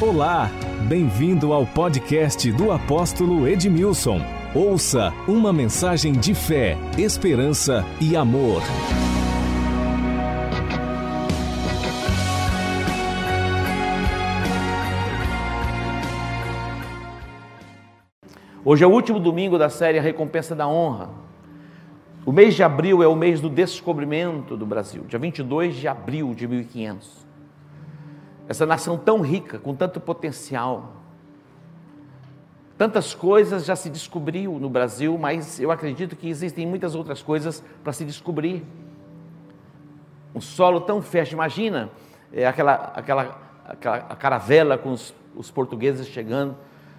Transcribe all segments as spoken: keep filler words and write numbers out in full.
Olá, bem-vindo ao podcast do apóstolo Edmilson. Ouça uma mensagem de fé, esperança e amor. Hoje é o último domingo da série A Recompensa da Honra. O mês de abril é o mês do descobrimento do Brasil, dia vinte e dois de abril de mil e quinhentos. Essa nação tão rica, com tanto potencial, tantas coisas já se descobriu no Brasil, mas eu acredito que existem muitas outras coisas para se descobrir. Um solo tão fértil, imagina é, aquela, aquela, aquela a caravela com os, os portugueses chegando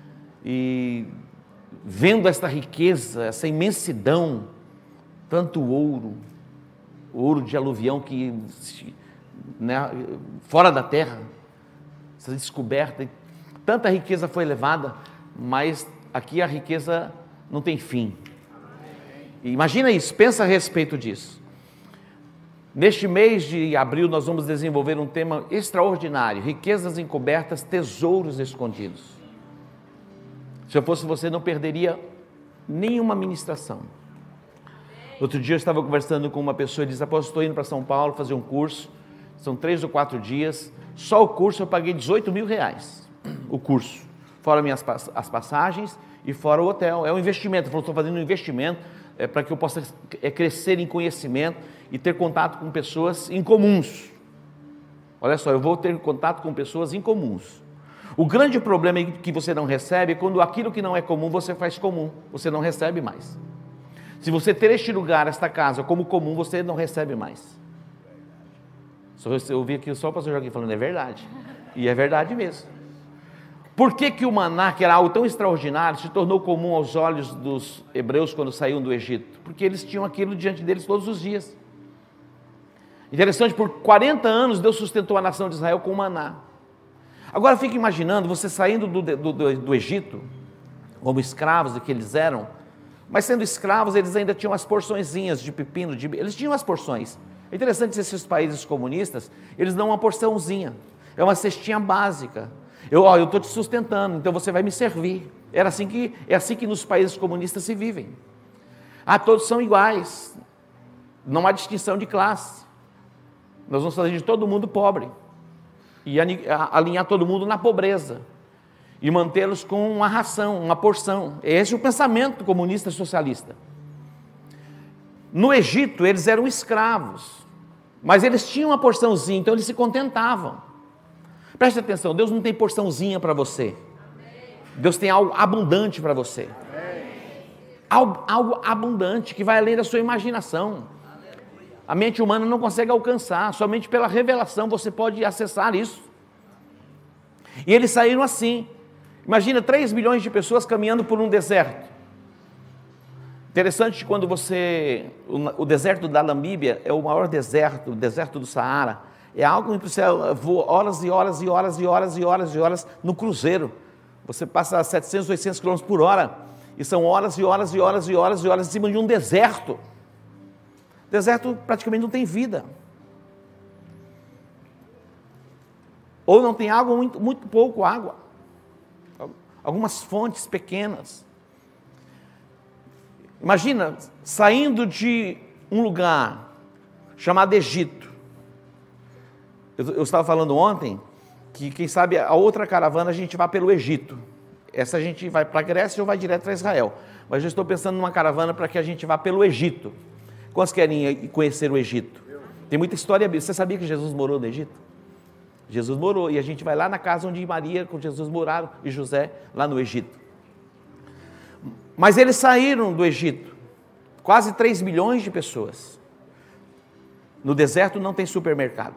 e vendo esta riqueza, essa imensidão, tanto ouro, ouro de aluvião que, né, fora da terra, essa descoberta, tanta riqueza foi levada, mas aqui a riqueza não tem fim. E imagina isso, pensa a respeito disso. Neste mês de abril nós vamos desenvolver um tema extraordinário, riquezas encobertas, tesouros escondidos. Se eu fosse você, não perderia nenhuma ministração. Outro dia eu estava conversando com uma pessoa e disse: após estou indo para São Paulo fazer um curso, são três ou quatro dias, só o curso eu paguei dezoito mil reais, o curso, fora minhas, as passagens e fora o hotel, é um investimento. Eu estou fazendo um investimento é, para que eu possa é, crescer em conhecimento e ter contato com pessoas incomuns. Olha só, eu vou ter contato com pessoas incomuns. O grande problema é que você não recebe, quando aquilo que não é comum você faz comum, você não recebe mais. Se você ter este lugar, esta casa como comum, você não recebe mais. Eu ouvi aqui só o pastor Joaquim falando, é verdade, e é verdade mesmo. Por que que o maná, que era algo tão extraordinário, se tornou comum aos olhos dos hebreus quando saíram do Egito? Porque eles tinham aquilo diante deles todos os dias. Interessante, por quarenta anos Deus sustentou a nação de Israel com o maná. Agora fique imaginando você saindo do, do, do, do Egito, como escravos que eles eram, mas sendo escravos eles ainda tinham as porçõezinhas de pepino, de, eles tinham as porções. É interessante, esses países comunistas, eles dão uma porçãozinha, é uma cestinha básica. Eu ó, eu estou te sustentando, então você vai me servir. Era assim que, é assim que nos países comunistas se vivem. Ah, todos são iguais, não há distinção de classe. Nós vamos fazer de todo mundo pobre e alinhar todo mundo na pobreza e mantê-los com uma ração, uma porção. Esse é o pensamento comunista socialista. No Egito eles eram escravos, mas eles tinham uma porçãozinha, então eles se contentavam. Preste atenção, Deus não tem porçãozinha para você. Deus tem algo abundante para você. Algo, algo abundante que vai além da sua imaginação. A mente humana não consegue alcançar, somente pela revelação você pode acessar isso. E eles saíram assim. Imagina três milhões de pessoas caminhando por um deserto. Interessante, quando você, o, o deserto da Namíbia é o maior deserto, o deserto do Saara, é algo que você voa horas e horas e horas e horas e horas e horas no cruzeiro, você passa a setecentos, oitocentos quilômetros por hora, e são horas e horas e horas e horas e horas em cima de um deserto. O deserto praticamente não tem vida, ou não tem água, muito, muito pouco água, algumas fontes pequenas. Imagina, saindo de um lugar chamado Egito. Eu, eu estava falando ontem que, quem sabe, a outra caravana a gente vai pelo Egito. Essa a gente vai para a Grécia ou vai direto para Israel. Mas eu estou pensando numa caravana para que a gente vá pelo Egito. Quantos querem conhecer o Egito? Tem muita história bíblica. Você sabia que Jesus morou no Egito? Jesus morou, e a gente vai lá na casa onde Maria com Jesus moraram e José, lá no Egito. Mas eles saíram do Egito, quase três milhões de pessoas. No deserto não tem supermercado.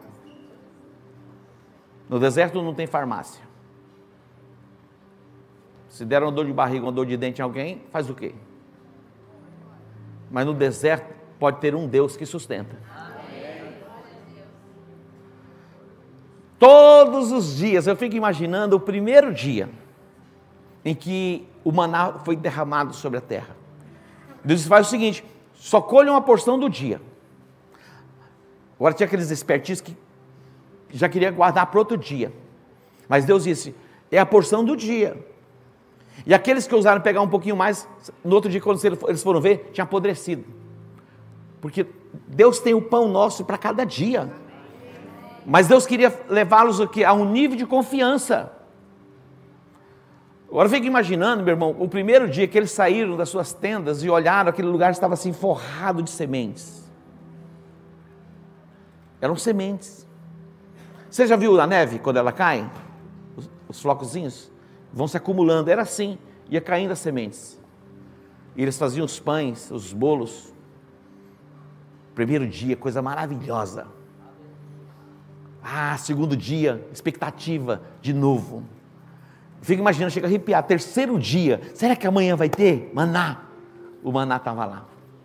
No deserto não tem farmácia. Se der uma dor de barriga, uma dor de dente em alguém, faz o quê? Mas no deserto pode ter um Deus que sustenta. Todos os dias, eu fico imaginando o primeiro dia em que o maná foi derramado sobre a terra. Deus faz o seguinte: só colhe uma porção do dia. Agora tinha aqueles espertinhos que já queria guardar para outro dia. Mas Deus disse: é a porção do dia. E aqueles que ousaram pegar um pouquinho mais, no outro dia, quando eles foram ver, tinha apodrecido. Porque Deus tem o pão nosso para cada dia. Mas Deus queria levá-los aqui a um nível de confiança. Agora fica imaginando, meu irmão, o primeiro dia que eles saíram das suas tendas e olharam, aquele lugar estava assim forrado de sementes. Eram sementes. Você já viu a neve quando ela cai? Os, os flocozinhos vão se acumulando, era assim, ia caindo as sementes. E eles faziam os pães, os bolos. Primeiro dia, coisa maravilhosa. Ah, segundo dia, expectativa de novo. Fica imaginando, chega a arrepiar. Terceiro dia, será que amanhã vai ter maná? O maná estava lá.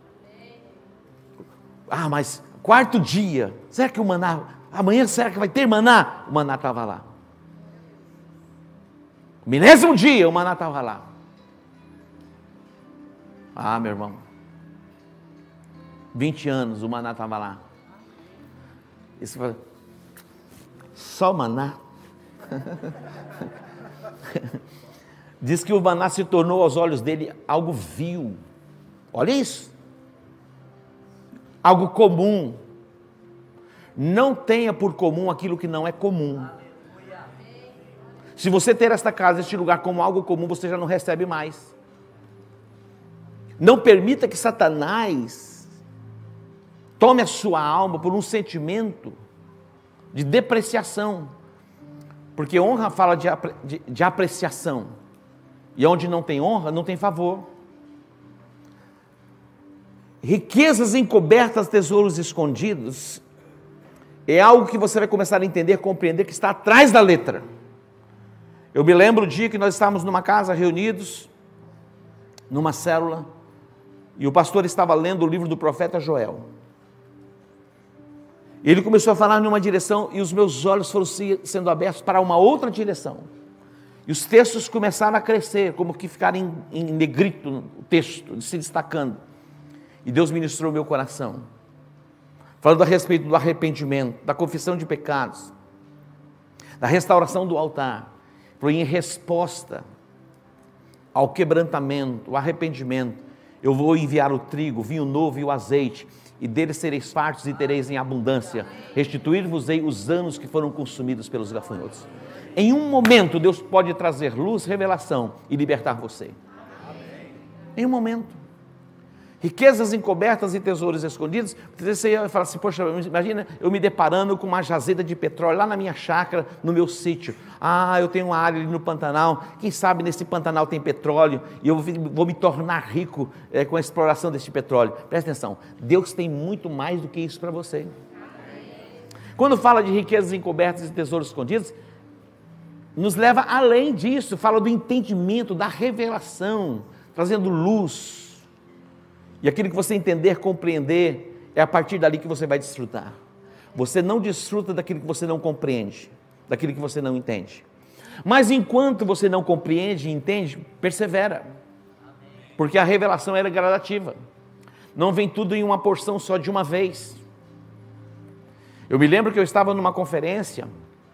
Ah, mas quarto dia, será que o maná, amanhã será que vai ter maná? O maná estava lá. Milésimo dia, o maná estava lá. Ah, meu irmão, vinte anos o maná estava lá. E você fala, só maná? Diz que o maná se tornou aos olhos dele algo vil. Olha isso. Algo comum. Não tenha por comum aquilo que não é comum. Se você ter esta casa, este lugar como algo comum, você já não recebe mais. Não permita que Satanás tome a sua alma por um sentimento de depreciação. Porque honra fala de, de, de apreciação. E onde não tem honra, não tem favor. Riquezas encobertas, tesouros escondidos, é algo que você vai começar a entender, compreender, que está atrás da letra. Eu me lembro o dia que nós estávamos numa casa, reunidos, numa célula, e o pastor estava lendo o livro do profeta Joel. Ele começou a falar numa direção, e os meus olhos foram sendo abertos para uma outra direção. E os textos começaram a crescer, como que ficaram em, em negrito, o texto, se destacando. E Deus ministrou o meu coração, falando a respeito do arrependimento, da confissão de pecados, da restauração do altar, foi em resposta ao quebrantamento, ao arrependimento, eu vou enviar o trigo, o vinho novo e o azeite, e deles sereis fartos e tereis em abundância, restituir-vos-ei os anos que foram consumidos pelos gafanhotos. Em um momento Deus pode trazer luz, revelação e libertar você. Em um momento. Riquezas encobertas e tesouros escondidos. Você ia falar assim, poxa, imagina eu me deparando com uma jazida de petróleo lá na minha chácara, no meu sítio. Ah, eu tenho uma área ali no Pantanal, quem sabe nesse Pantanal tem petróleo, e eu vou me tornar rico é, com a exploração desse petróleo. Presta atenção, Deus tem muito mais do que isso para você. Quando fala de riquezas encobertas e tesouros escondidos, nos leva além disso, fala do entendimento, da revelação, trazendo luz. E aquilo que você entender, compreender, é a partir dali que você vai desfrutar. Você não desfruta daquilo que você não compreende, daquilo que você não entende. Mas enquanto você não compreende e entende, persevera. Porque a revelação era gradativa. Não vem tudo em uma porção só de uma vez. Eu me lembro que eu estava numa conferência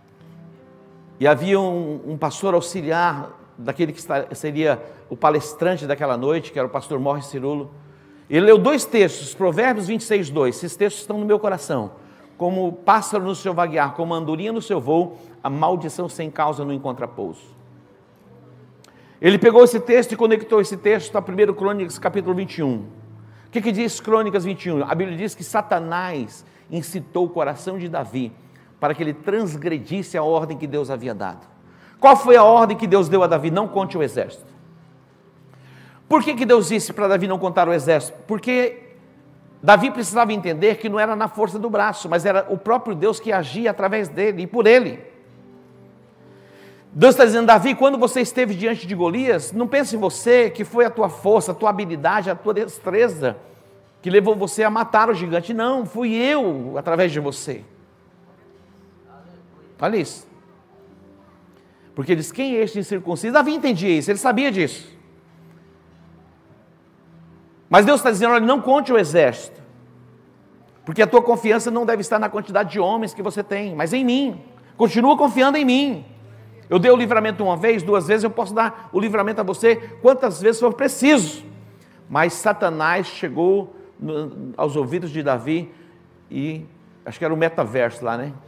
e havia um, um pastor auxiliar daquele que seria o palestrante daquela noite, que era o pastor Morris Cirulo. Ele leu dois textos, Provérbios vinte e seis, dois. Esses textos estão no meu coração. Como pássaro no seu vaguear, como andorinha no seu voo, a maldição sem causa não encontra pouso. Ele pegou esse texto e conectou esse texto a primeira Crônicas, capítulo vinte e um. O que, que diz Crônicas vinte e um? A Bíblia diz que Satanás incitou o coração de Davi para que ele transgredisse a ordem que Deus havia dado. Qual foi a ordem que Deus deu a Davi? Não conte o exército. Por que que Deus disse para Davi não contar o exército? Porque Davi precisava entender que não era na força do braço, mas era o próprio Deus que agia através dele e por ele. Deus está dizendo, Davi, quando você esteve diante de Golias, não pense em você que foi a tua força, a tua habilidade, a tua destreza que levou você a matar o gigante. Não, fui eu através de você. Olha isso. Porque ele diz, quem é este incircunciso? Davi entendia isso, ele sabia disso. Mas Deus está dizendo, olha, não conte o exército, porque a tua confiança não deve estar na quantidade de homens que você tem, mas em mim. Continua confiando em mim. Eu dei o livramento uma vez, duas vezes, eu posso dar o livramento a você quantas vezes for preciso. Mas Satanás chegou no, aos ouvidos de Davi e, acho que era o metaverso lá, né?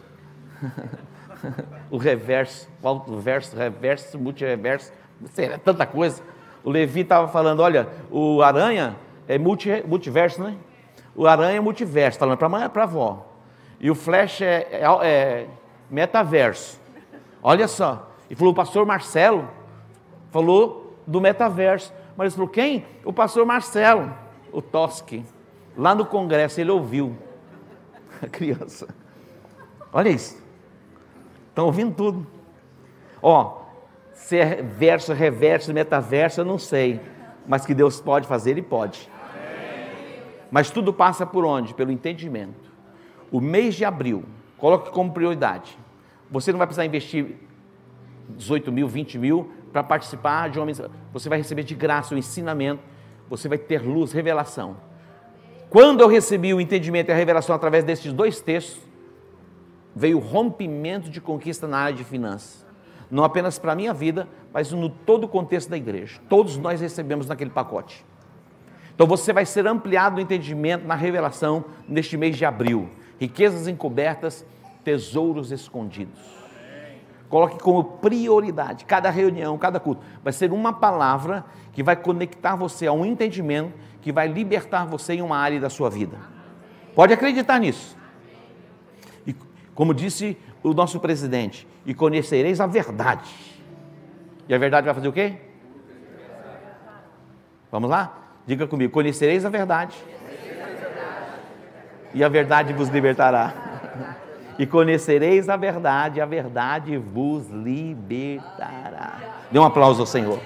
O reverso, o verso, reverso, multireverso, é tanta coisa. O Levi estava falando, olha, o aranha é multi, multiverso, né? O aranha é multiverso, falando para a mãe e para a avó. E o flash é, é, é metaverso. Olha só. E falou, o pastor Marcelo falou do metaverso. Mas ele falou, quem? O pastor Marcelo, o Toschi. Lá no congresso, ele ouviu. A criança. Olha isso. Estão ouvindo tudo. Ó, se é verso, reverso, metaverso, eu não sei. Mas que Deus pode fazer, Ele pode. Mas tudo passa por onde? Pelo entendimento. O mês de abril, coloque como prioridade. Você não vai precisar investir dezoito mil, vinte mil para participar de homens. Você vai receber de graça o ensinamento. Você vai ter luz, revelação. Quando eu recebi o entendimento e a revelação através desses dois textos, veio o rompimento de conquista na área de finanças. Não apenas para a minha vida, mas no todo o contexto da igreja. Todos nós recebemos naquele pacote. Então você vai ser ampliado no entendimento, na revelação, neste mês de abril. Riquezas encobertas, tesouros escondidos. Coloque como prioridade, cada reunião, cada culto. Vai ser uma palavra que vai conectar você a um entendimento, que vai libertar você em uma área da sua vida. Pode acreditar nisso. E como disse o nosso presidente, e conhecereis a verdade. E a verdade vai fazer o quê? Vamos lá? Diga comigo, conhecereis a verdade. E a verdade vos libertará. E conhecereis a verdade, a verdade vos libertará. Dê um aplauso ao Senhor.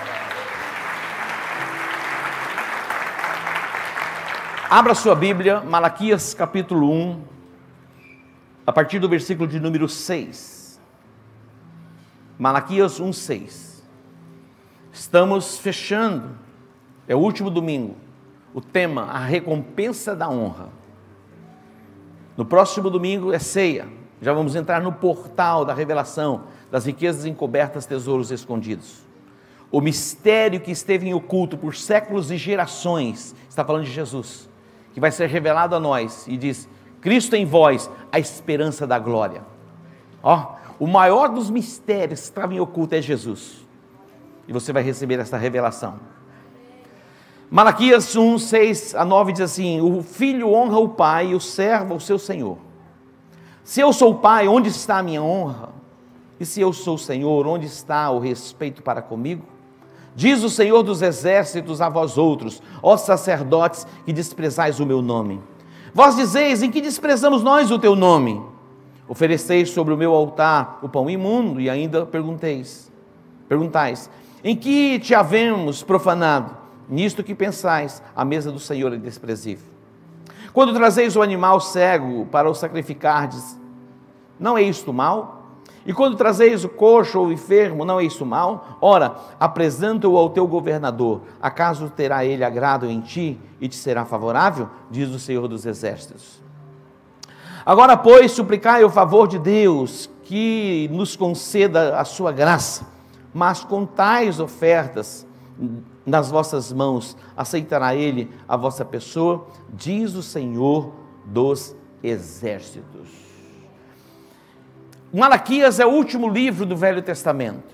Abra sua Bíblia, Malaquias capítulo um, a partir do versículo de número seis. Malaquias um, seis. Estamos fechando, é o último domingo, o tema, a recompensa da honra. No próximo domingo é ceia, já vamos entrar no portal da revelação, das riquezas encobertas, tesouros escondidos. O mistério que esteve em oculto por séculos e gerações, está falando de Jesus, que vai ser revelado a nós, e diz, Cristo em vós, a esperança da glória. Ó, o maior dos mistérios que estava em oculto é Jesus, e você vai receber essa revelação. Malaquias um, seis a nove diz assim, o filho honra o pai e o servo o seu senhor. Se eu sou o pai, onde está a minha honra? E se eu sou o Senhor, onde está o respeito para comigo? Diz o Senhor dos exércitos a vós outros, ó sacerdotes que desprezais o meu nome. Vós dizeis, em que desprezamos nós o teu nome? Ofereceis sobre o meu altar o pão imundo e ainda pergunteis, perguntais, em que te havemos profanado? Nisto que pensais, a mesa do Senhor é desprezível. Quando trazeis o animal cego para o sacrificardes, não é isto mal? E quando trazeis o coxo ou o enfermo, não é isto mal? Ora, apresenta-o ao teu governador, acaso terá ele agrado em ti e te será favorável? Diz o Senhor dos exércitos. Agora, pois, suplicai o favor de Deus, que nos conceda a sua graça, mas com tais ofertas nas vossas mãos, aceitará ele a vossa pessoa, diz o Senhor dos exércitos. Malaquias é o último livro do Velho Testamento.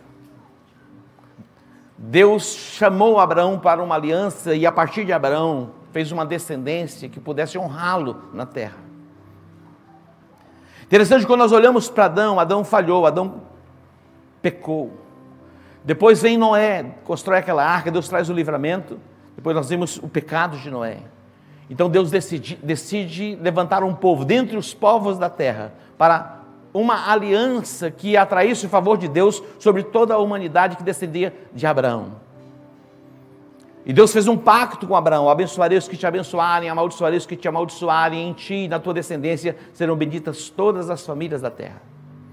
Deus chamou Abraão para uma aliança e a partir de Abraão fez uma descendência que pudesse honrá-lo na terra. Interessante, quando nós olhamos para Adão, Adão falhou, Adão pecou. Depois vem Noé, constrói aquela arca, Deus traz o livramento. Depois nós vemos o pecado de Noé. Então Deus decide, decide levantar um povo dentre os povos da terra para uma aliança que atraísse o favor de Deus sobre toda a humanidade que descendia de Abraão. E Deus fez um pacto com Abraão, abençoarei os que te abençoarem, amaldiçoarei os que te amaldiçoarem, em ti e na tua descendência serão benditas todas as famílias da terra.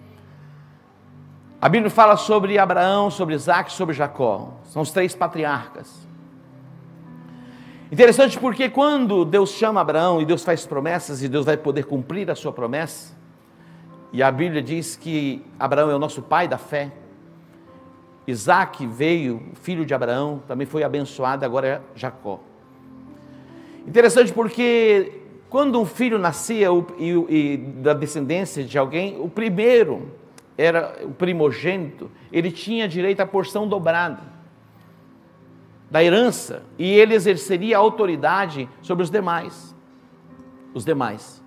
A Bíblia fala sobre Abraão, sobre Isaac, sobre Jacó. São os três patriarcas. Interessante porque quando Deus chama Abraão e Deus faz promessas e Deus vai poder cumprir a sua promessa, e a Bíblia diz que Abraão é o nosso pai da fé, Isaac veio, filho de Abraão, também foi abençoado, agora é Jacó. Interessante porque quando um filho nascia o, e, e da descendência de alguém, o primeiro era o primogênito, ele tinha direito à porção dobrada da herança, e ele exerceria a autoridade sobre os demais. Os demais.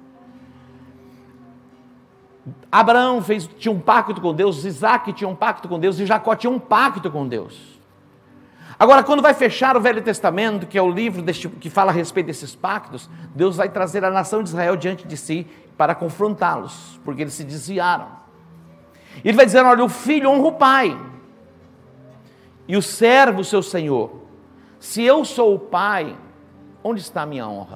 Abraão fez, tinha um pacto com Deus, Isaac tinha um pacto com Deus, e Jacó tinha um pacto com Deus. Agora, quando vai fechar o Velho Testamento, que é o livro deste, que fala a respeito desses pactos, Deus vai trazer a nação de Israel diante de si para confrontá-los, porque eles se desviaram. E ele vai dizer, olha, o filho honra o pai, e o servo o seu senhor. Se eu sou o pai, onde está a minha honra?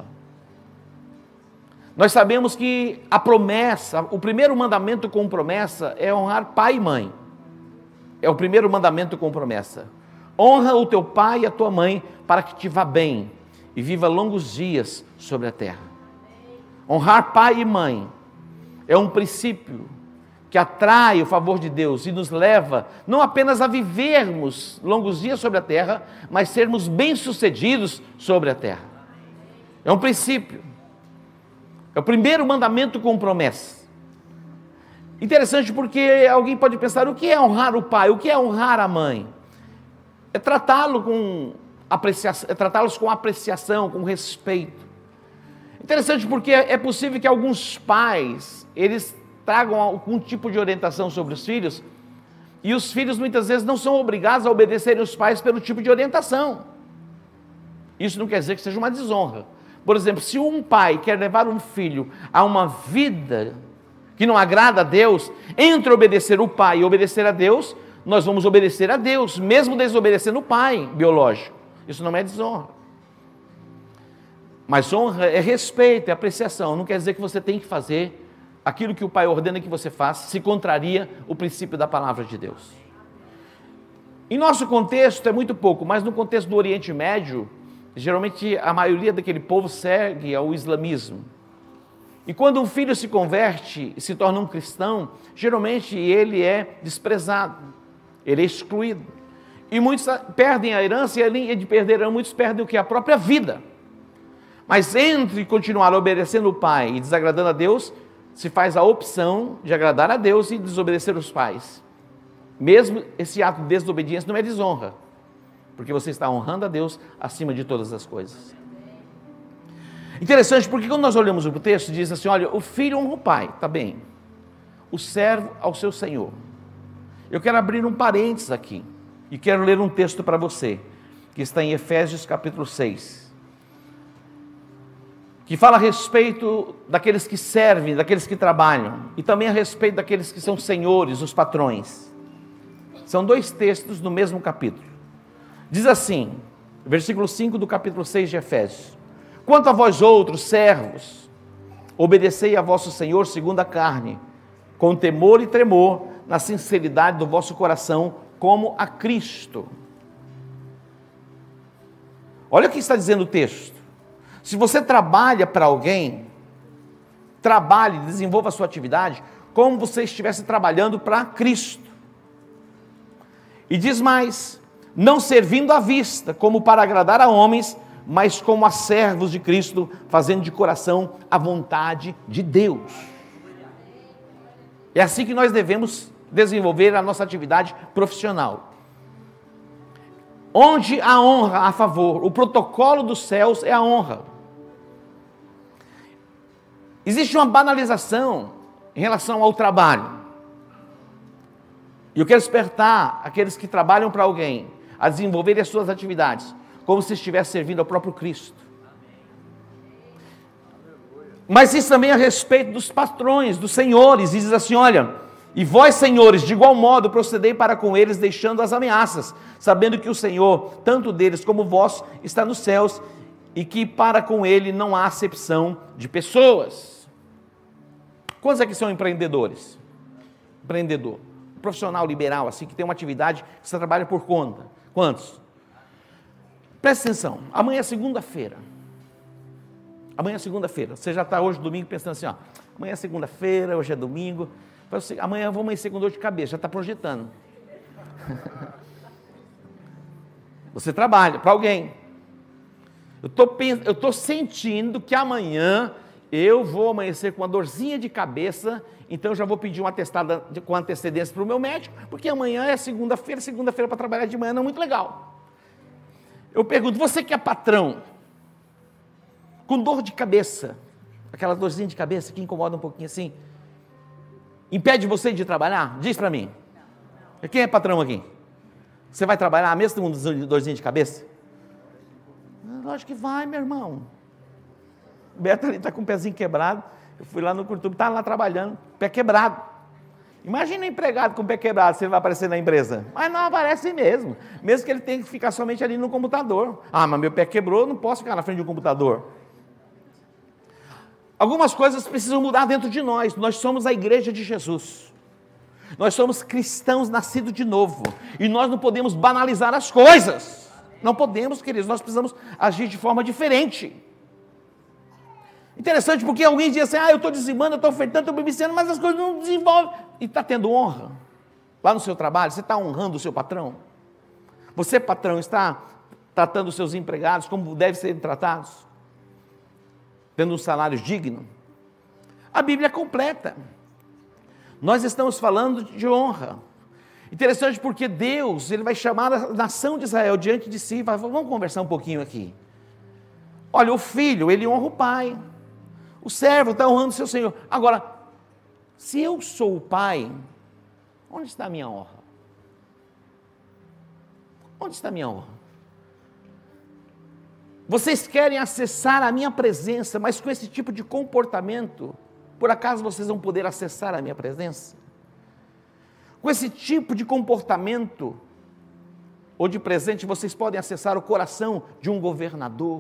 Nós sabemos que a promessa, o primeiro mandamento com promessa é honrar pai e mãe. É o primeiro mandamento com promessa. Honra o teu pai e a tua mãe para que te vá bem e viva longos dias sobre a terra. Honrar pai e mãe é um princípio que atrai o favor de Deus e nos leva não apenas a vivermos longos dias sobre a terra, mas sermos bem-sucedidos sobre a terra. É um princípio. É o primeiro mandamento com promessa. Interessante porque alguém pode pensar, o que é honrar o pai? O que é honrar a mãe? É tratá-lo com apreciação, é tratá-los com apreciação, com respeito. Interessante porque é possível que alguns pais, eles tragam algum tipo de orientação sobre os filhos, e os filhos muitas vezes não são obrigados a obedecerem os pais pelo tipo de orientação. Isso não quer dizer que seja uma desonra. Por exemplo, se um pai quer levar um filho a uma vida que não agrada a Deus, entre obedecer o pai e obedecer a Deus, nós vamos obedecer a Deus, mesmo desobedecendo o pai biológico. Isso não é desonra. Mas honra é respeito, é apreciação. Não quer dizer que você tem que fazer aquilo que o pai ordena que você faça, se contraria o princípio da palavra de Deus. Em nosso contexto é muito pouco, mas no contexto do Oriente Médio, geralmente a maioria daquele povo segue ao islamismo. E quando um filho se converte e se torna um cristão, geralmente ele é desprezado, ele é excluído. E muitos perdem a herança, e além de perder, muitos perdem o que? A própria vida. Mas entre continuar obedecendo o pai e desagradando a Deus, se faz a opção de agradar a Deus e desobedecer os pais. Mesmo esse ato de desobediência não é desonra, porque você está honrando a Deus acima de todas as coisas. Interessante, porque quando nós olhamos o texto, diz assim, olha, o filho honra o pai, está bem, o servo ao seu senhor. Eu quero abrir um parênteses aqui, e quero ler um texto para você, que está em Efésios capítulo seis, que fala a respeito daqueles que servem, daqueles que trabalham, e também a respeito daqueles que são senhores, os patrões. São dois textos no mesmo capítulo. Diz assim, versículo cinco do capítulo seis de Efésios: quanto a vós outros, servos, obedecei a vosso Senhor segundo a carne, com temor e tremor, na sinceridade do vosso coração, como a Cristo. Olha o que está dizendo o texto. Se você trabalha para alguém, trabalhe, desenvolva a sua atividade, como você estivesse trabalhando para Cristo. E diz mais, não servindo à vista, como para agradar a homens, mas como a servos de Cristo, fazendo de coração a vontade de Deus. É assim que nós devemos desenvolver a nossa atividade profissional. Onde a honra a favor, o protocolo dos céus é a honra. Existe uma banalização em relação ao trabalho. E eu quero despertar aqueles que trabalham para alguém a desenvolverem as suas atividades como se estivesse servindo ao próprio Cristo. Mas isso também é a respeito dos patrões, dos senhores. E diz assim, olha, e vós, senhores, de igual modo procedei para com eles, deixando as ameaças, sabendo que o Senhor, tanto deles como vós, está nos céus, e que para com ele não há acepção de pessoas. Quantos aqui são empreendedores? Empreendedor, profissional liberal, assim, que tem uma atividade que você trabalha por conta. Quantos? Presta atenção, amanhã é segunda-feira. Amanhã é segunda-feira. Você já está hoje, domingo, pensando assim, ó, amanhã é segunda-feira, hoje é domingo. Amanhã vou amanhecer com dor de cabeça, já está projetando. Você trabalha para alguém. Eu tô, eu tô sentindo que amanhã eu vou amanhecer com uma dorzinha de cabeça, então eu já vou pedir um atestado com antecedência para o meu médico, porque amanhã é segunda-feira, segunda-feira para trabalhar de manhã não é muito legal. Eu pergunto, você que é patrão, com dor de cabeça, aquela dorzinha de cabeça que incomoda um pouquinho assim, impede você de trabalhar? Diz para mim. Quem é patrão aqui? Você vai trabalhar mesmo com dorzinha de cabeça? Lógico que vai, meu irmão. O Beto ali está com o pezinho quebrado. Eu fui lá no Curtume, está lá trabalhando, pé quebrado. Imagina um empregado com o pé quebrado, se ele vai aparecer na empresa. Mas não aparece mesmo. Mesmo que ele tenha que ficar somente ali no computador. Ah, mas meu pé quebrou, não posso ficar na frente de um computador. Algumas coisas precisam mudar dentro de nós. Nós somos a igreja de Jesus. Nós somos cristãos nascidos de novo. E nós não podemos banalizar as coisas. Não podemos, queridos, nós precisamos agir de forma diferente. Interessante porque alguém diz assim, ah, eu estou dizimando, eu estou ofertando, estou beneficiando, mas as coisas não desenvolvem. E está tendo honra lá no seu trabalho? Você está honrando o seu patrão? Você, patrão, está tratando os seus empregados como devem ser tratados? Tendo um salário digno? A Bíblia é completa. Nós estamos falando de honra. Interessante porque Deus, Ele vai chamar a nação de Israel diante de si, vai, vamos conversar um pouquinho aqui. Olha, o filho, ele honra o pai, o servo está honrando o seu senhor. Agora, se eu sou o pai, onde está a minha honra? Onde está a minha honra? Vocês querem acessar a minha presença, mas com esse tipo de comportamento, por acaso vocês vão poder acessar a minha presença? Com esse tipo de comportamento, ou de presente, vocês podem acessar o coração de um governador.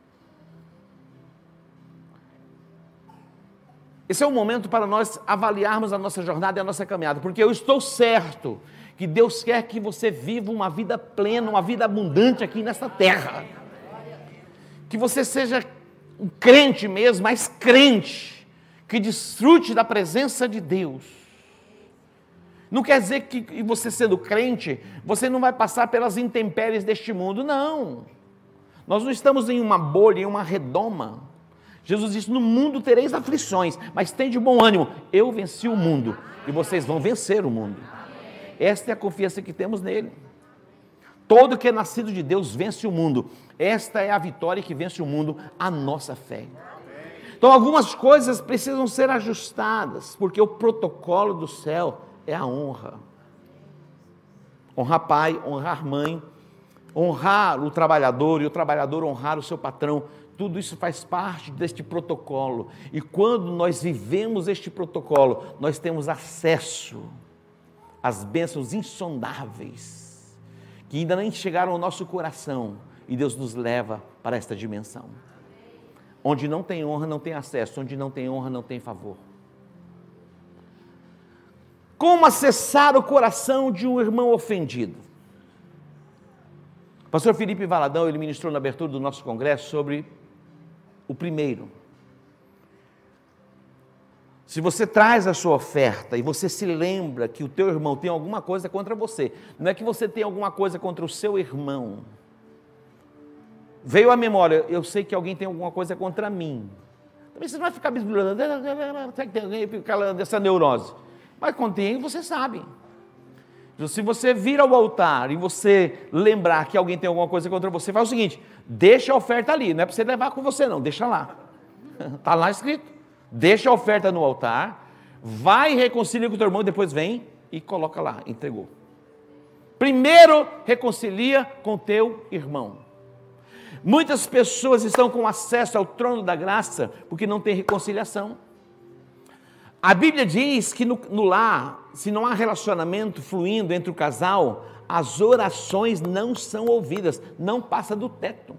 Esse é o momento para nós avaliarmos a nossa jornada e a nossa caminhada, porque eu estou certo que Deus quer que você viva uma vida plena, uma vida abundante aqui nesta terra. Que você seja um crente mesmo, mas crente, que desfrute da presença de Deus. Não quer dizer que você sendo crente, você não vai passar pelas intempéries deste mundo, não. Nós não estamos em uma bolha, em uma redoma. Jesus disse, no mundo tereis aflições, mas tem de bom ânimo, eu venci o mundo, e vocês vão vencer o mundo. Esta é a confiança que temos nele. Todo que é nascido de Deus vence o mundo. Esta é a vitória que vence o mundo, a nossa fé. Então algumas coisas precisam ser ajustadas, porque o protocolo do céu é a honra. Honrar pai, honrar mãe, honrar o trabalhador e o trabalhador honrar o seu patrão. Tudo isso faz parte deste protocolo. E quando nós vivemos este protocolo, nós temos acesso às bênçãos insondáveis, que ainda nem chegaram ao nosso coração, e Deus nos leva para esta dimensão. Onde não tem honra, não tem acesso. Onde não tem honra, não tem favor. Como acessar o coração de um irmão ofendido? O pastor Felipe Valadão, ele ministrou na abertura do nosso congresso sobre o primeiro. Se você traz a sua oferta e você se lembra que o teu irmão tem alguma coisa contra você, não é que você tem alguma coisa contra o seu irmão. Veio à memória, eu sei que alguém tem alguma coisa contra mim. Também você não vai ficar bisbilhando, será que tem alguém ficar dessa neurose? Mas quando tem, você sabe. Se você vir ao altar e você lembrar que alguém tem alguma coisa contra você, faz o seguinte, deixa a oferta ali, não é para você levar com você não, deixa lá. Está lá escrito. Deixa a oferta no altar, vai e reconcilia com o teu irmão, depois vem e coloca lá, entregou. Primeiro, reconcilia com o teu irmão. Muitas pessoas estão com acesso ao trono da graça porque não tem reconciliação. A Bíblia diz que no, no lar, se não há relacionamento fluindo entre o casal, as orações não são ouvidas, não passa do teto.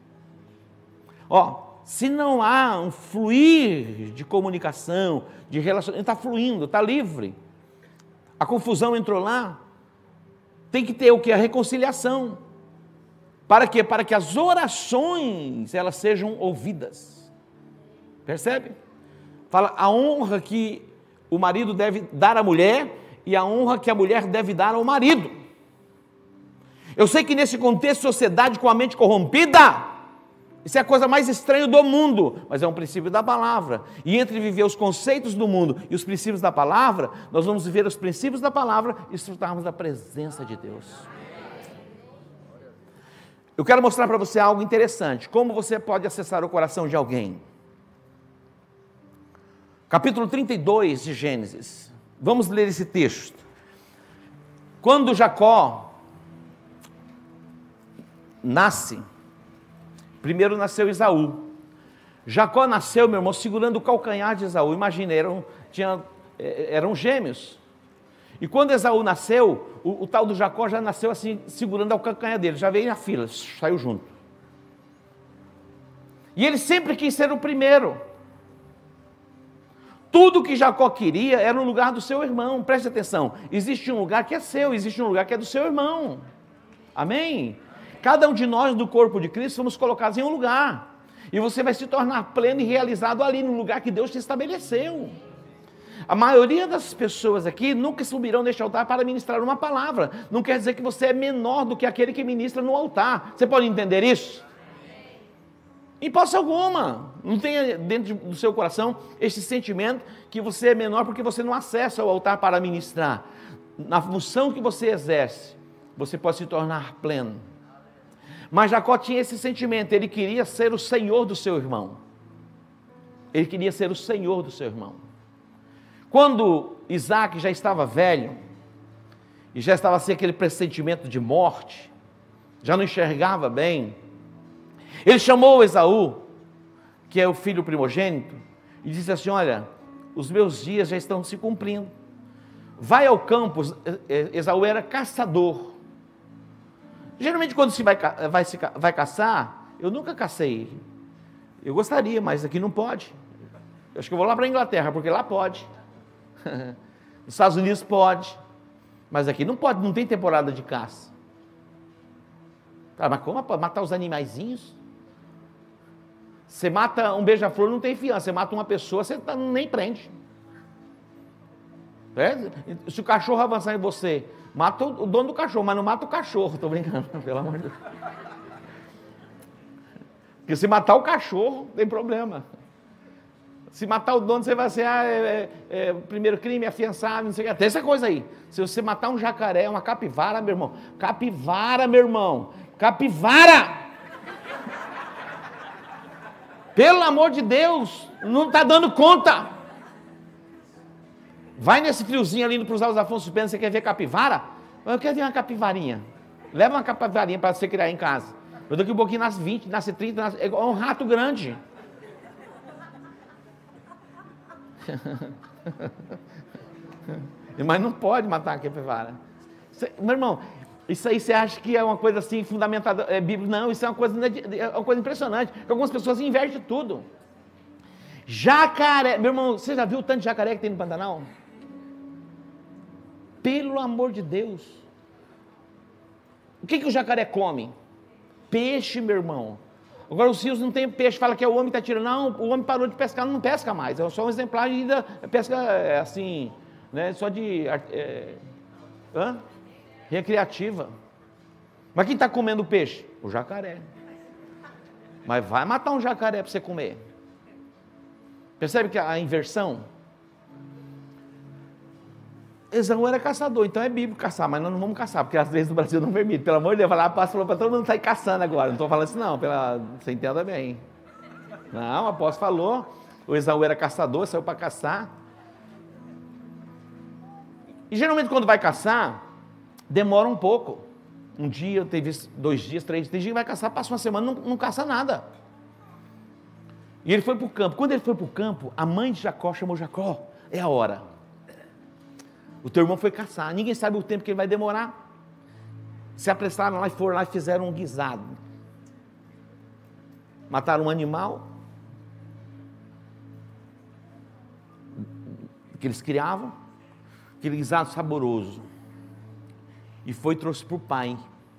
Ó, se não há um fluir de comunicação, de relacionamento, está fluindo, está livre. A confusão entrou lá, tem que ter o que? A reconciliação. Para quê? Para que as orações, elas sejam ouvidas. Percebe? Fala a honra que o marido deve dar à mulher e a honra que a mulher deve dar ao marido. Eu sei que nesse contexto, sociedade com a mente corrompida, isso é a coisa mais estranha do mundo, mas é um princípio da palavra. E entre viver os conceitos do mundo e os princípios da palavra, nós vamos viver os princípios da palavra e desfrutarmos da presença de Deus. Eu quero mostrar para você algo interessante, como você pode acessar o coração de alguém. Capítulo trinta e dois de Gênesis, vamos ler esse texto. Quando Jacó nasce, primeiro nasceu Esaú. Jacó nasceu, meu irmão, segurando o calcanhar de Esaú. Imagina, eram, tinha, eram gêmeos. E quando Esaú nasceu, o, o tal do Jacó já nasceu assim, segurando o calcanhar dele, já veio na fila, saiu junto. E ele sempre quis ser o primeiro. Tudo que Jacó queria era no lugar do seu irmão. Preste atenção, existe um lugar que é seu, existe um lugar que é do seu irmão. Amém? Cada um de nós do corpo de Cristo fomos colocados em um lugar. E você vai se tornar pleno e realizado ali no lugar que Deus te estabeleceu. A maioria das pessoas aqui nunca subirão neste altar para ministrar uma palavra. Não quer dizer que você é menor do que aquele que ministra no altar. Você pode entender isso? Em hipótese alguma, não tenha dentro do seu coração esse sentimento que você é menor porque você não acessa o altar para ministrar. Na função que você exerce, você pode se tornar pleno. Mas Jacó tinha esse sentimento, ele queria ser o senhor do seu irmão. Ele queria ser o senhor do seu irmão. Quando Isaac já estava velho, e já estava sem aquele pressentimento de morte, já não enxergava bem, ele chamou Esaú, que é o filho primogênito, e disse assim: olha, os meus dias já estão se cumprindo, vai ao campo. Esaú era caçador. Geralmente quando se vai, vai, se, vai caçar, eu nunca cacei, eu gostaria, mas aqui não pode. Eu acho que eu vou lá para a Inglaterra, porque lá pode. Nos Estados Unidos pode, mas aqui não pode, não tem temporada de caça. Ah, mas como matar os animaizinhos? Você mata um beija-flor, não tem fiança. Você mata uma pessoa, você nem prende. É? Se o cachorro avançar em você, mata o dono do cachorro, mas não mata o cachorro. Estou brincando, pelo amor de Deus. Porque se matar o cachorro, tem problema. Se matar o dono, você vai ser, ah, é, é, é, primeiro crime, afiançado, não sei o que. Até essa coisa aí. Se você matar um jacaré, uma capivara, meu irmão. Capivara, meu irmão. Capivara! Pelo amor de Deus, não está dando conta. Vai nesse friozinho ali para os Afonso Pena, você quer ver capivara? Eu quero ver uma capivarinha. Leva uma capivarinha para você criar em casa. Eu daqui um pouquinho nasce vinte, nasce trinta, nasce... é igual um rato grande. Mas não pode matar a capivara. Meu irmão, isso aí você acha que é uma coisa assim fundamentada, é bíblica? Não, isso é uma coisa, é uma coisa impressionante. Algumas pessoas invertem tudo. Jacaré, meu irmão, você já viu o tanto de jacaré que tem no Pantanal? Pelo amor de Deus. O que, que o jacaré come? Peixe, meu irmão. Agora os rios não tem peixe, fala que é o homem que está tirando. Não, o homem parou de pescar, não pesca mais. É só um exemplar de ainda pesca assim, né? Só de é, hã? recreativa. Mas quem está comendo peixe? O jacaré. Mas vai matar um jacaré para você comer. Percebe que a inversão? Esaú era caçador, então é bíblico caçar, mas nós não vamos caçar, porque às vezes no Brasil não permite. Pelo amor de Deus, a pastor falou para todo mundo sair caçando agora. Não estou falando isso não, pela, você entenda bem. Não, o apóstolo falou, o Esaú era caçador, saiu para caçar. E geralmente quando vai caçar, demora um pouco. Um dia, teve dois dias, três dias, tem gente que vai caçar, passa uma semana, não, não caça nada. E ele foi para o campo. Quando ele foi para o campo, a mãe de Jacó chamou Jacó, é a hora. O teu irmão foi caçar, ninguém sabe o tempo que ele vai demorar. Se apressaram lá e foram lá e fizeram um guisado. Mataram um animal que eles criavam, aquele guisado saboroso. E foi e trouxe para o pai.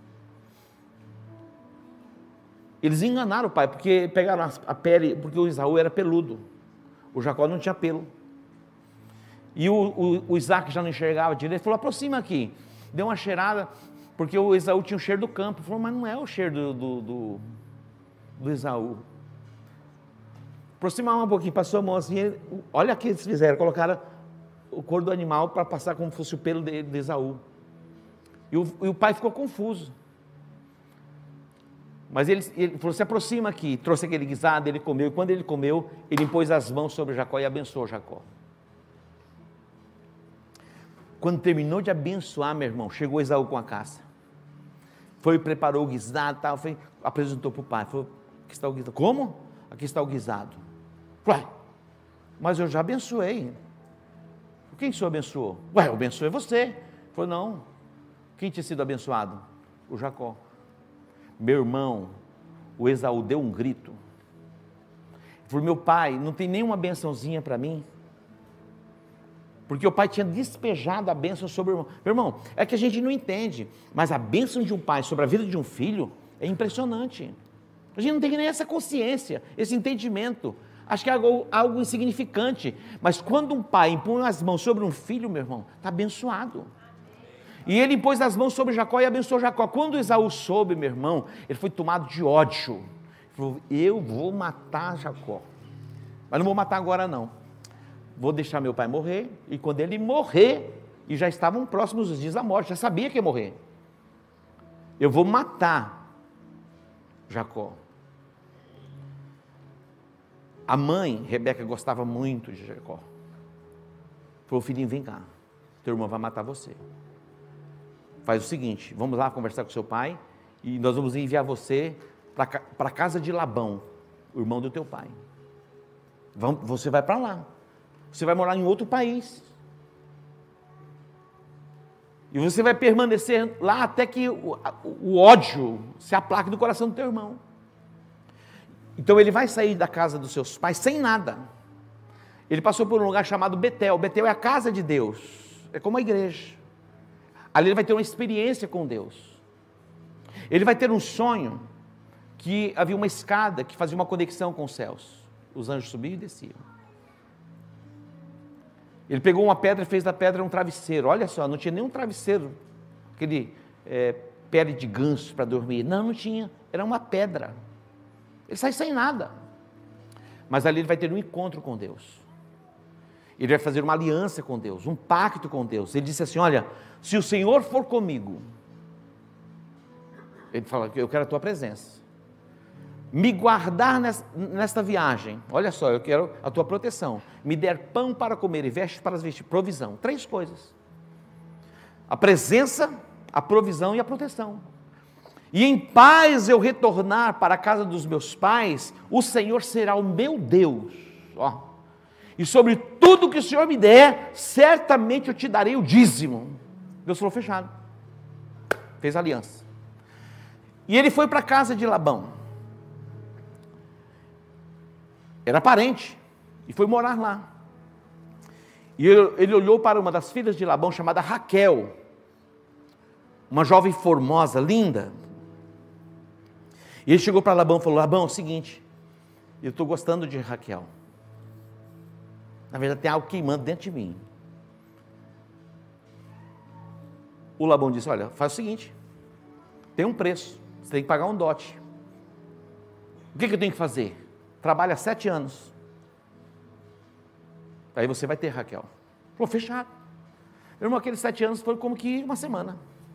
Eles enganaram o pai, porque pegaram a pele, porque o Esaú era peludo, o Jacó não tinha pelo. E o, o, o Isaac já não enxergava direito, ele falou: aproxima aqui. Deu uma cheirada, porque o Esaú tinha o cheiro do campo. Ele falou, mas não é o cheiro do, do, do, do Esaú. Aproximar um pouquinho, passou a mão assim, olha o que eles fizeram, colocaram o couro do animal para passar como fosse o pelo de, de Esaú. E o, e o pai ficou confuso. Mas ele, ele falou, se aproxima aqui, trouxe aquele guisado, ele comeu, e quando ele comeu, ele impôs as mãos sobre Jacó e abençoou Jacó. Quando terminou de abençoar, meu irmão, chegou Esaú com a caça. Foi, preparou o guisado, tal, foi, apresentou para o pai, falou, aqui está o guisado. Como? Aqui está o guisado. Ué, mas eu já abençoei. Quem o senhor abençoou? Ué, eu abençoei você. Ele falou, não. Quem tinha sido abençoado? O Jacó. Meu irmão, o Esaú deu um grito. Ele falou, meu pai, não tem nenhuma bençãozinha para mim? Porque o pai tinha despejado a bênção sobre o irmão. Meu irmão, é que a gente não entende, mas a bênção de um pai sobre a vida de um filho é impressionante. A gente não tem nem essa consciência, esse entendimento. Acho que é algo, algo insignificante. Mas quando um pai impõe as mãos sobre um filho, meu irmão, está abençoado. E ele impôs as mãos sobre Jacó e abençoou Jacó. Quando Esaú soube, meu irmão, ele foi tomado de ódio. Ele falou, eu vou matar Jacó. Mas não vou matar agora não. Vou deixar meu pai morrer. E quando ele morrer, e já estavam próximos os dias da morte, já sabia que ia morrer. Eu vou matar Jacó. A mãe, Rebeca, gostava muito de Jacó. Falou, filhinho, vem cá. Teu irmão vai matar você. Faz o seguinte, vamos lá conversar com seu pai e nós vamos enviar você para a casa de Labão, o irmão do teu pai. Vamos, você vai para lá. Você vai morar em outro país. E você vai permanecer lá até que o, o ódio se aplaque do coração do teu irmão. Então ele vai sair da casa dos seus pais sem nada. Ele passou por um lugar chamado Betel. Betel é a casa de Deus. É como a igreja. Ali ele vai ter uma experiência com Deus. Ele vai ter um sonho que havia uma escada que fazia uma conexão com os céus. Os anjos subiam e desciam. Ele pegou uma pedra e fez da pedra um travesseiro. Olha só, não tinha nenhum travesseiro, aquele é, pele de ganso para dormir. Não, não tinha. Era uma pedra. Ele sai sem nada. Mas ali ele vai ter um encontro com Deus. Ele vai fazer uma aliança com Deus, um pacto com Deus. Ele disse assim, olha, se o Senhor for comigo, ele fala, eu quero a tua presença, me guardar nesta viagem, olha só, eu quero a tua proteção, me der pão para comer e vestes para vestir, provisão, três coisas, a presença, a provisão e a proteção, e em paz eu retornar para a casa dos meus pais, o Senhor será o meu Deus, ó, e sobre tudo que o Senhor me der, certamente eu te darei o dízimo. Deus falou, fechado. Fez aliança. E ele foi para a casa de Labão. Era parente. E foi morar lá. E ele, ele olhou para uma das filhas de Labão, chamada Raquel. Uma jovem formosa, linda. E ele chegou para Labão e falou, Labão, é o seguinte, eu estou gostando de Raquel. Na verdade tem algo queimando dentro de mim. O Labão disse, olha, faz o seguinte, tem um preço, você tem que pagar um dote. O que, que eu tenho que fazer? Trabalha sete anos. Aí você vai ter Raquel. Falou, fechado. Meu irmão, aqueles sete anos foi como que uma semana.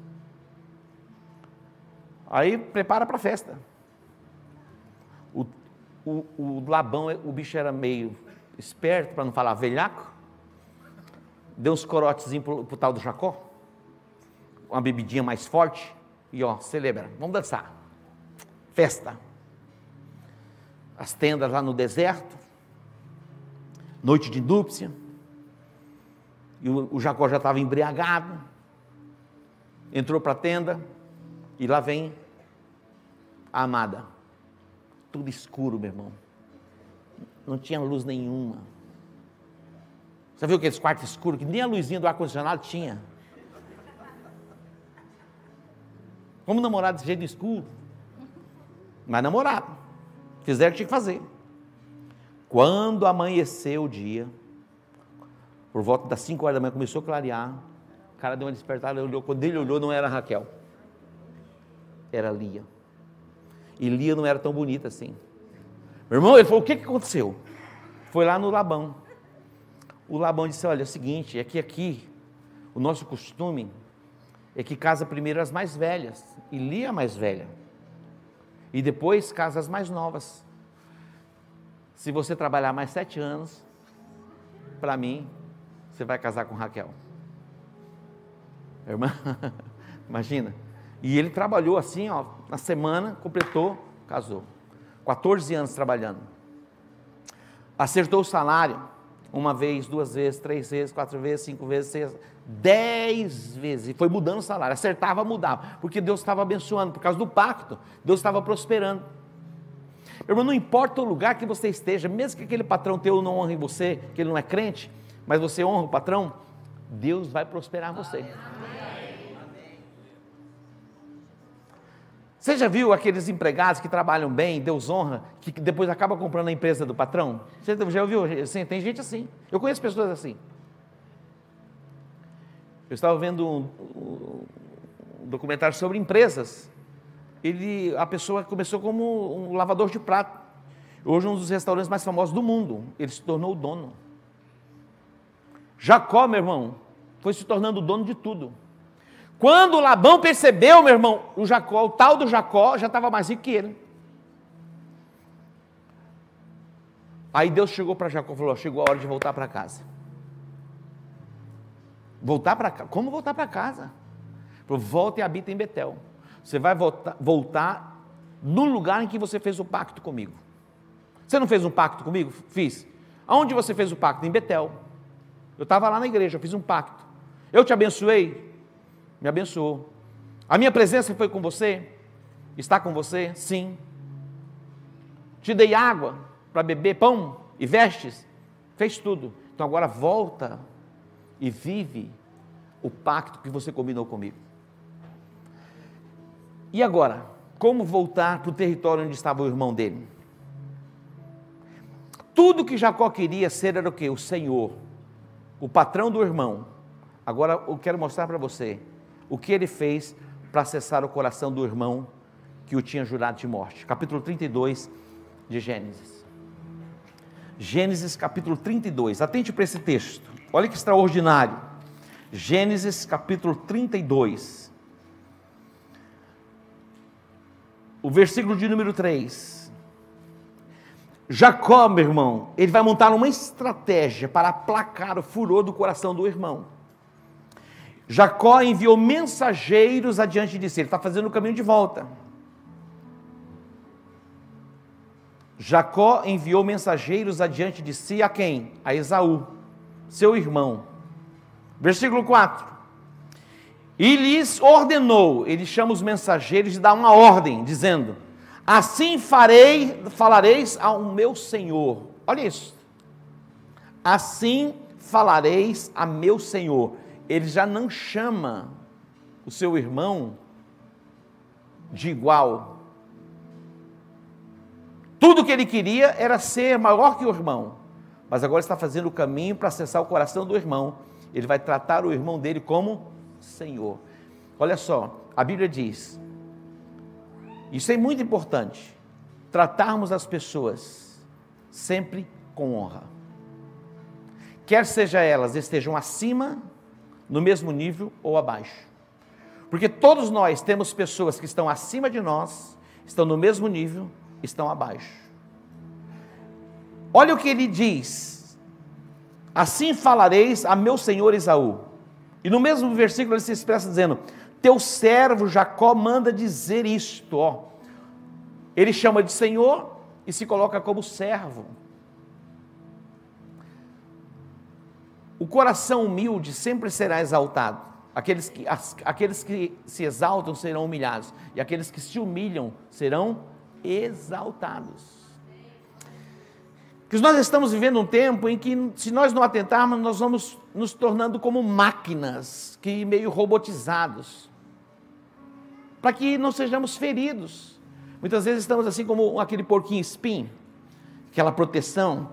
Aí prepara para a festa. O, o, o Labão, o bicho era meio esperto, para não falar velhaco, deu uns corotezinhos para o tal do Jacó, uma bebidinha mais forte, e ó, celebra, vamos dançar, festa, as tendas lá no deserto, noite de núpcia, e o, o Jacó já estava embriagado, entrou para a tenda, e lá vem a amada, tudo escuro, meu irmão, não tinha luz nenhuma. Você viu aqueles quartos escuros que nem a luzinha do ar-condicionado tinha? Como namorar desse jeito escuro? Mas namoraram. Fizeram o que tinha que fazer. Quando amanheceu o dia, por volta das cinco horas da manhã, começou a clarear, o cara deu uma despertada, olhou, quando ele olhou, não era Raquel. era Lia. E Lia não era tão bonita assim. Meu irmão, ele falou, o que, que aconteceu? Foi lá no Labão. O Labão disse, olha, é o seguinte, é que aqui, o nosso costume é que casa primeiro as mais velhas, e Lia a mais velha, e depois casa as mais novas. Se você trabalhar mais sete anos, para mim, você vai casar com Raquel. Irmã, imagina. E ele trabalhou assim, ó, na semana, completou, casou. quatorze anos trabalhando. Acertou o salário, uma vez, duas vezes, três vezes, quatro vezes, cinco vezes, seis, dez vezes. E foi mudando o salário, acertava, mudava, porque Deus estava abençoando, por causa do pacto, Deus estava prosperando. Meu irmão, não importa o lugar que você esteja, mesmo que aquele patrão teu não honre você, que ele não é crente, mas você honra o patrão, Deus vai prosperar você. Você já viu aqueles empregados que trabalham bem, Deus honra, que depois acaba comprando a empresa do patrão? Você já ouviu? Assim, tem gente assim. Eu conheço pessoas assim. Eu estava vendo um, um documentário sobre empresas. Ele, a pessoa começou como um lavador de prato. Hoje, um dos restaurantes mais famosos do mundo. Ele se tornou o dono. Jacó, meu irmão, foi se tornando o dono de tudo. Quando Labão percebeu, meu irmão, o Jacó, o tal do Jacó, já estava mais rico que ele. Aí Deus chegou para Jacó e falou, chegou a hora de voltar para casa. Voltar para casa? Como voltar para casa? Falou, volta e habita em Betel. Você vai voltar, voltar no lugar em que você fez o pacto comigo. Você não fez um pacto comigo? Fiz. Aonde você fez o pacto? Em Betel. Eu estava lá na igreja, eu fiz um pacto. Eu te abençoei? Me abençoou. A minha presença foi com você? Está com você? Sim. Te dei água para beber, pão e vestes? Fez tudo. Então agora volta e vive o pacto que você combinou comigo. E agora, como voltar para o território onde estava o irmão dele? Tudo que Jacó queria ser era o quê? O Senhor, o patrão do irmão. Agora eu quero mostrar para você o que ele fez para acessar o coração do irmão que o tinha jurado de morte. Capítulo trinta e dois de Gênesis. Gênesis capítulo trinta e dois. Atente para esse texto. Olha que extraordinário. Gênesis capítulo trinta e dois. O versículo de número três. Jacó, meu irmão, ele vai montar uma estratégia para aplacar o furor do coração do irmão. Jacó enviou mensageiros adiante de si, ele está fazendo o caminho de volta. Jacó enviou mensageiros adiante de si a quem? A Esaú, seu irmão. Versículo quatro. E lhes ordenou, ele chama os mensageiros e dá uma ordem, dizendo, assim farei, falareis ao meu senhor. Olha isso. Assim falareis a meu senhor. Ele já não chama o seu irmão de igual. Tudo que ele queria era ser maior que o irmão, mas agora está fazendo o caminho para acessar o coração do irmão. Ele vai tratar o irmão dele como Senhor. Olha só, a Bíblia diz, isso é muito importante, tratarmos as pessoas sempre com honra, quer seja elas estejam acima, no mesmo nível ou abaixo, porque todos nós temos pessoas que estão acima de nós, estão no mesmo nível, estão abaixo. Olha o que ele diz, assim falareis a meu senhor Esaú, e no mesmo versículo ele se expressa dizendo, teu servo Jacó manda dizer isto, ó. Ele chama de senhor e se coloca como servo. O coração humilde sempre será exaltado. Aqueles que, as, aqueles que se exaltam serão humilhados. E aqueles que se humilham serão exaltados. Porque nós estamos vivendo um tempo em que, se nós não atentarmos, nós vamos nos tornando como máquinas, que meio robotizados, para que não sejamos feridos. Muitas vezes estamos assim como aquele porquinho espinho, aquela proteção.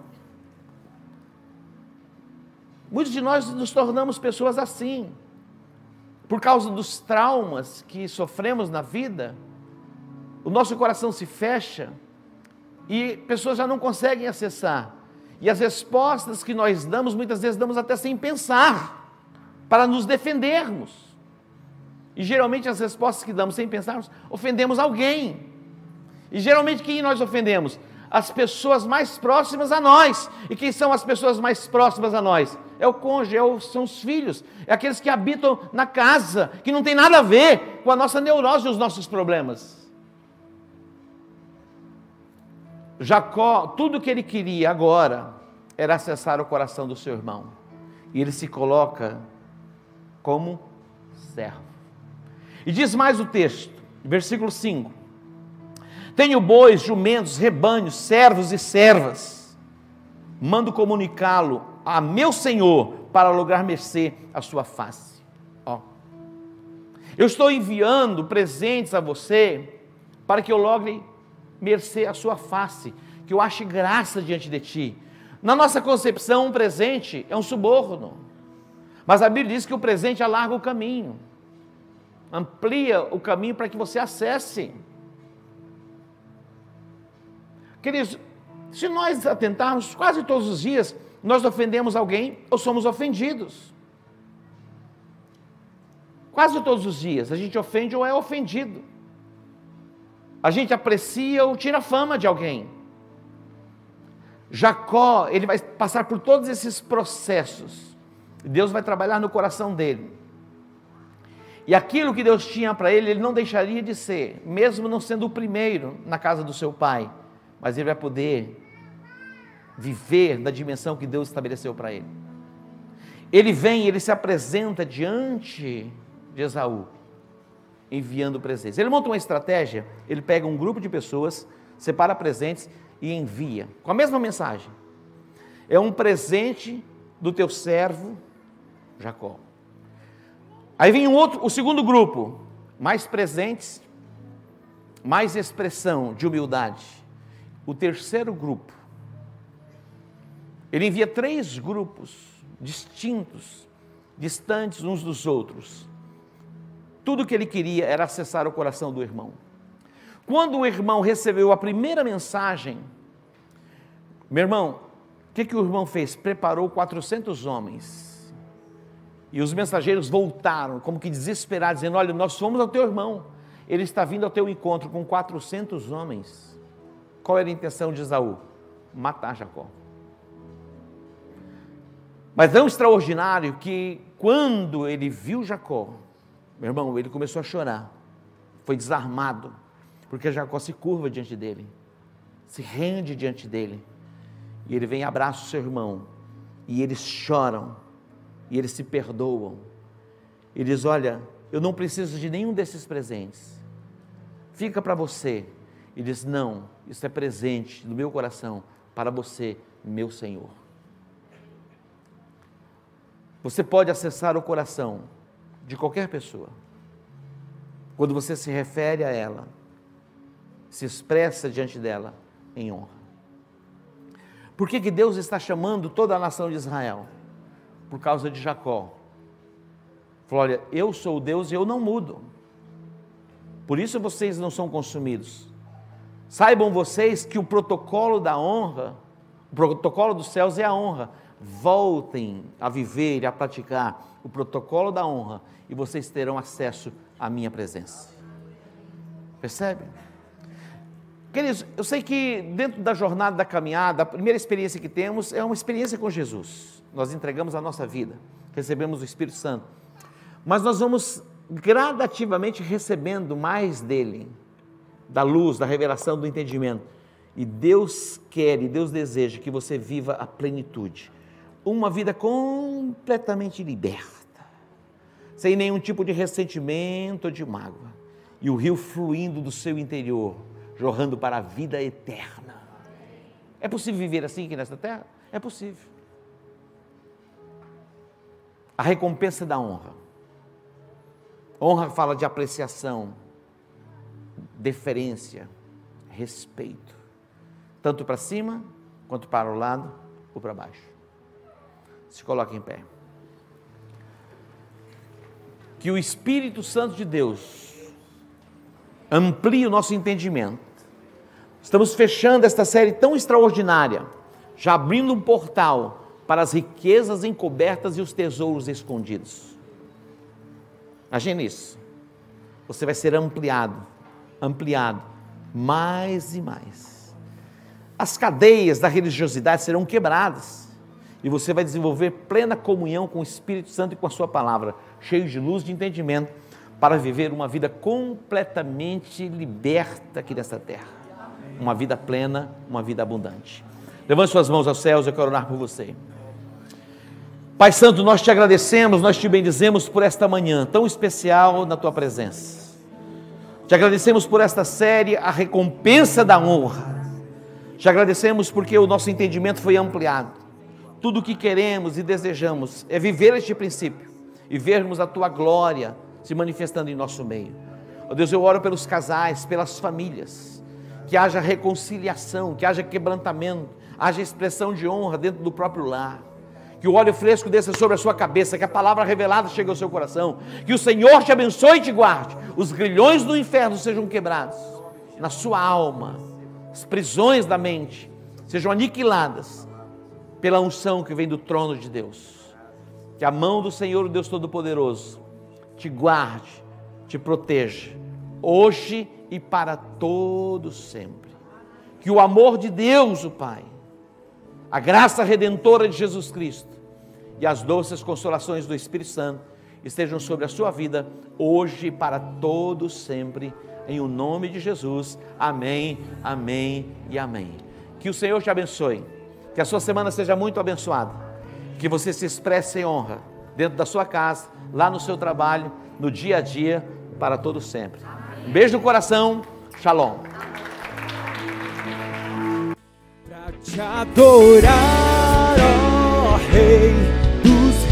Muitos de nós nos tornamos pessoas assim, por causa dos traumas que sofremos na vida, o nosso coração se fecha e pessoas já não conseguem acessar. E as respostas que nós damos, muitas vezes damos até sem pensar, para nos defendermos. E geralmente as respostas que damos sem pensarmos, ofendemos alguém. E geralmente quem nós ofendemos? As pessoas mais próximas a nós. E quem são as pessoas mais próximas a nós? É o cônjuge, é o, são os filhos, é aqueles que habitam na casa, que não tem nada a ver com a nossa neurose e os nossos problemas. Jacó, tudo que ele queria agora era acessar o coração do seu irmão. E ele se coloca como servo. E diz mais o texto, versículo cinco. Tenho bois, jumentos, rebanhos, servos e servas. Mando comunicá-lo a meu senhor para lograr mercê à sua face. Ó. Eu estou enviando presentes a você para que eu logre mercê à sua face, que eu ache graça diante de ti. Na nossa concepção, um presente é um suborno, mas a Bíblia diz que o presente alarga o caminho, amplia o caminho para que você acesse. Queridos, se nós atentarmos, quase todos os dias, nós ofendemos alguém ou somos ofendidos. Quase todos os dias, a gente ofende ou é ofendido. A gente aprecia ou tira a fama de alguém. Jacó, ele vai passar por todos esses processos. Deus vai trabalhar no coração dele. E aquilo que Deus tinha para ele, ele não deixaria de ser, mesmo não sendo o primeiro na casa do seu pai. Mas ele vai poder viver da dimensão que Deus estabeleceu para ele. Ele vem, ele se apresenta diante de Esaú, enviando presentes. Ele monta uma estratégia, ele pega um grupo de pessoas, separa presentes e envia, com a mesma mensagem. É um presente do teu servo Jacó. Aí vem um outro, o segundo grupo, mais presentes, mais expressão de humildade. O terceiro grupo, ele envia três grupos distintos, distantes uns dos outros. Tudo que ele queria era acessar o coração do irmão. Quando o irmão recebeu a primeira mensagem, meu irmão, o que, que o irmão fez? Preparou quatrocentos homens. E os mensageiros voltaram, como que desesperados, dizendo: olha, nós fomos ao teu irmão, ele está vindo ao teu encontro com quatrocentos homens. Qual era a intenção de Esaú? Matar Jacó. Mas é um extraordinário que quando ele viu Jacó, meu irmão, ele começou a chorar, foi desarmado, porque Jacó se curva diante dele, se rende diante dele, e ele vem e abraça o seu irmão, e eles choram, e eles se perdoam. Ele diz: olha, eu não preciso de nenhum desses presentes, fica para você. E diz: não, isso é presente do meu coração para você, meu Senhor. Você pode acessar o coração de qualquer pessoa, quando você se refere a ela, se expressa diante dela em honra. Por que que Deus está chamando toda a nação de Israel? Por causa de Jacó. Falou: olha, eu sou o Deus e eu não mudo, por isso vocês não são consumidos. Saibam vocês que o protocolo da honra, o protocolo dos céus é a honra. Voltem a viver e a praticar o protocolo da honra e vocês terão acesso à minha presença. Percebe? Queridos, eu sei que dentro da jornada da caminhada, a primeira experiência que temos é uma experiência com Jesus. Nós entregamos a nossa vida, recebemos o Espírito Santo, mas nós vamos gradativamente recebendo mais dele, da luz, da revelação, do entendimento. E Deus quer e Deus deseja que você viva a plenitude, uma vida completamente liberta, sem nenhum tipo de ressentimento ou de mágoa, e o rio fluindo do seu interior, jorrando para a vida eterna. É possível viver assim aqui nesta terra? É possível. A recompensa da honra. Honra fala de apreciação, deferência, respeito, tanto para cima, quanto para o lado ou para baixo. Se coloque em pé. Que o Espírito Santo de Deus amplie o nosso entendimento. Estamos fechando esta série tão extraordinária, já abrindo um portal para as riquezas encobertas e os tesouros escondidos. Imagine isso. Você vai ser ampliado, ampliado, mais e mais. As cadeias da religiosidade serão quebradas e você vai desenvolver plena comunhão com o Espírito Santo e com a sua palavra, cheio de luz, de entendimento, para viver uma vida completamente liberta aqui nesta terra. Uma vida plena, uma vida abundante. Levante suas mãos aos céus, eu quero orar por você. Pai Santo, nós te agradecemos, nós te bendizemos por esta manhã tão especial na tua presença. Te agradecemos por esta série, a recompensa da honra. Te agradecemos porque o nosso entendimento foi ampliado. Tudo o que queremos e desejamos é viver este princípio e vermos a tua glória se manifestando em nosso meio. Ó Deus, eu oro pelos casais, pelas famílias, que haja reconciliação, que haja quebrantamento, haja expressão de honra dentro do próprio lar. Que o óleo fresco desça sobre a sua cabeça, que a palavra revelada chegue ao seu coração, que o Senhor te abençoe e te guarde, os grilhões do inferno sejam quebrados na sua alma, as prisões da mente sejam aniquiladas pela unção que vem do trono de Deus. Que a mão do Senhor, o Deus Todo-Poderoso, te guarde, te proteja, hoje e para todo sempre. Que o amor de Deus, o Pai, a graça redentora de Jesus Cristo e as doces consolações do Espírito Santo estejam sobre a sua vida, hoje e para todo sempre, em o nome de Jesus. Amém, amém e amém. Que o Senhor te abençoe, que a sua semana seja muito abençoada, que você se expresse em honra, dentro da sua casa, lá no seu trabalho, no dia a dia, para todo sempre. Um beijo no coração, shalom. Pra te adorar, ó Rei dos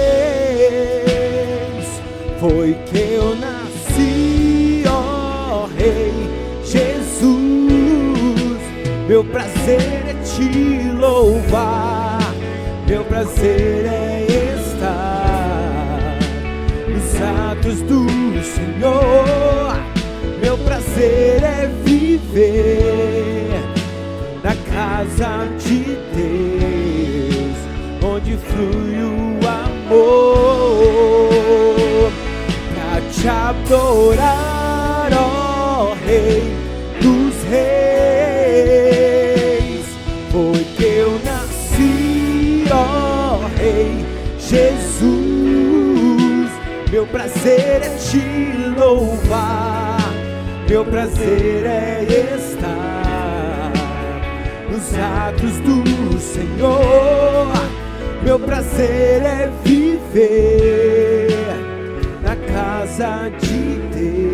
Reis, foi que eu nasci, ó Rei Jesus. Meu prazer é te louvar, meu prazer é estar nos atos do Senhor. Meu prazer é viver na casa de Deus, onde flui o amor. Pra te adorar, ó Rei dos Reis, foi que eu nasci, ó Rei Jesus. Meu prazer é te louvar, meu prazer é estar nos atos do Senhor. Meu prazer é viver na casa de Deus,